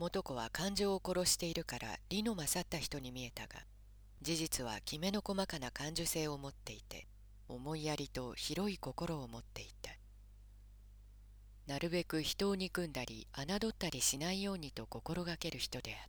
元子は感情を殺しているから理の勝った人に見えたが、事実はきめの細かな感受性を持っていて、思いやりと広い心を持っていた。なるべく人を憎んだり侮ったりしないようにと心がける人であった。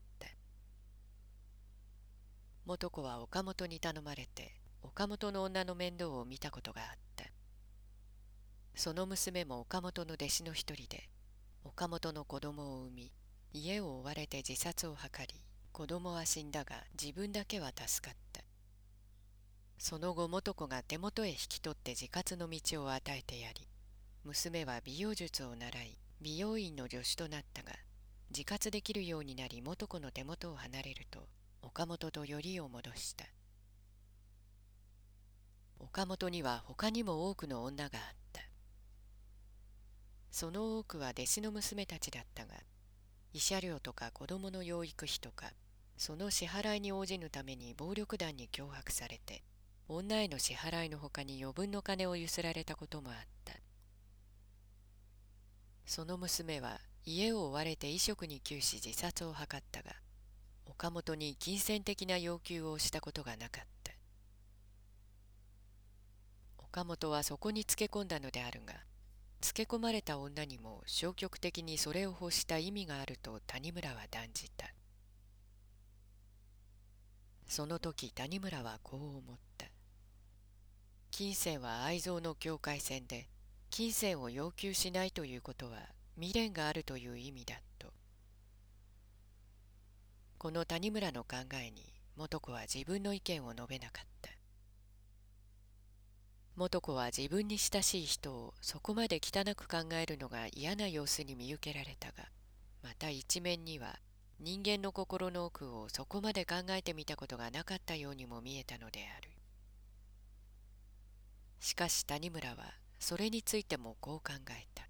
元子は岡本に頼まれて岡本の女の面倒を見たことがあった。その娘も岡本の弟子の一人で、岡本の子供を産み、家を追われて自殺を図り、子供は死んだが自分だけは助かった。その後元子が手元へ引き取って自活の道を与えてやり、娘は美容術を習い美容院の助手となったが、自活できるようになり元子の手元を離れると岡本とよりを戻した。岡本には他にも多くの女があった。その多くは弟子の娘たちだったが、慰謝料とか子供の養育費とか、その支払いに応じぬために暴力団に脅迫されて、女への支払いのほかに余分の金をゆすられたこともあった。その娘は家を追われて衣食に窮し自殺を図ったが、岡本に金銭的な要求をしたことがなかった。岡本はそこにつけ込んだのであるが、つけ込まれた女にも消極的にそれを欲した意味があると谷村は断じた。その時谷村はこう思った。金銭は愛憎の境界線で、金銭を要求しないということは未練があるという意味だと。この谷村の考えに元子は自分の意見を述べなかった。元子は自分に親しい人をそこまで汚く考えるのが嫌な様子に見受けられたが、また一面には人間の心の奥をそこまで考えてみたことがなかったようにも見えたのである。しかし谷村はそれについてもこう考えた。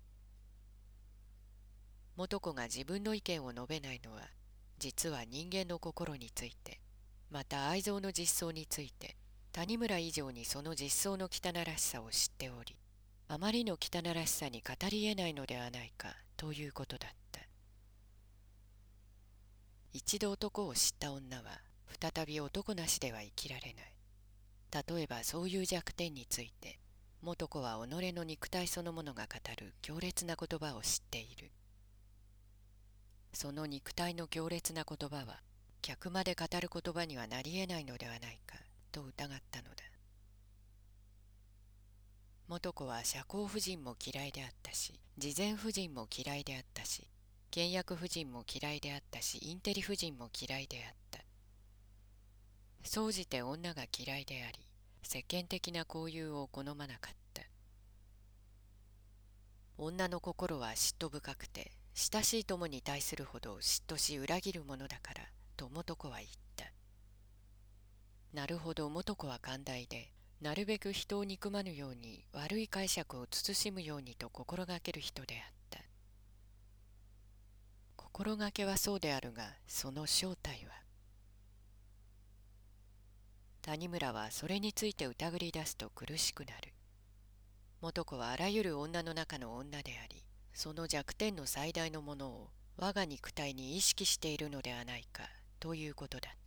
元子が自分の意見を述べないのは、実は人間の心について、また愛憎の実相について、谷村以上にその実相の汚らしさを知っており、あまりの汚らしさに語り得ないのではないかということだった。一度男を知った女は再び男なしでは生きられない。例えばそういう弱点について、元子は己の肉体そのものが語る強烈な言葉を知っている。その肉体の強烈な言葉は、客まで語る言葉にはなり得ないのではないかと疑ったのだ。元子は社交婦人も嫌いであったし、慈善婦人も嫌いであったし、倹約婦人も嫌いであったし、インテリ婦人も嫌いであった。総じて女が嫌いであり、世間的な交友を好まなかった。女の心は嫉妬深くて、親しい友に対するほど嫉妬し裏切るものだからと元子は言った。なるほど、元子は寛大で、なるべく人を憎まぬように悪い解釈を慎むようにと心がける人であった。心がけはそうであるが、その正体は。谷村はそれについて疑り出すと苦しくなる。元子はあらゆる女の中の女であり、その弱点の最大のものを我が肉体に意識しているのではないかということだった。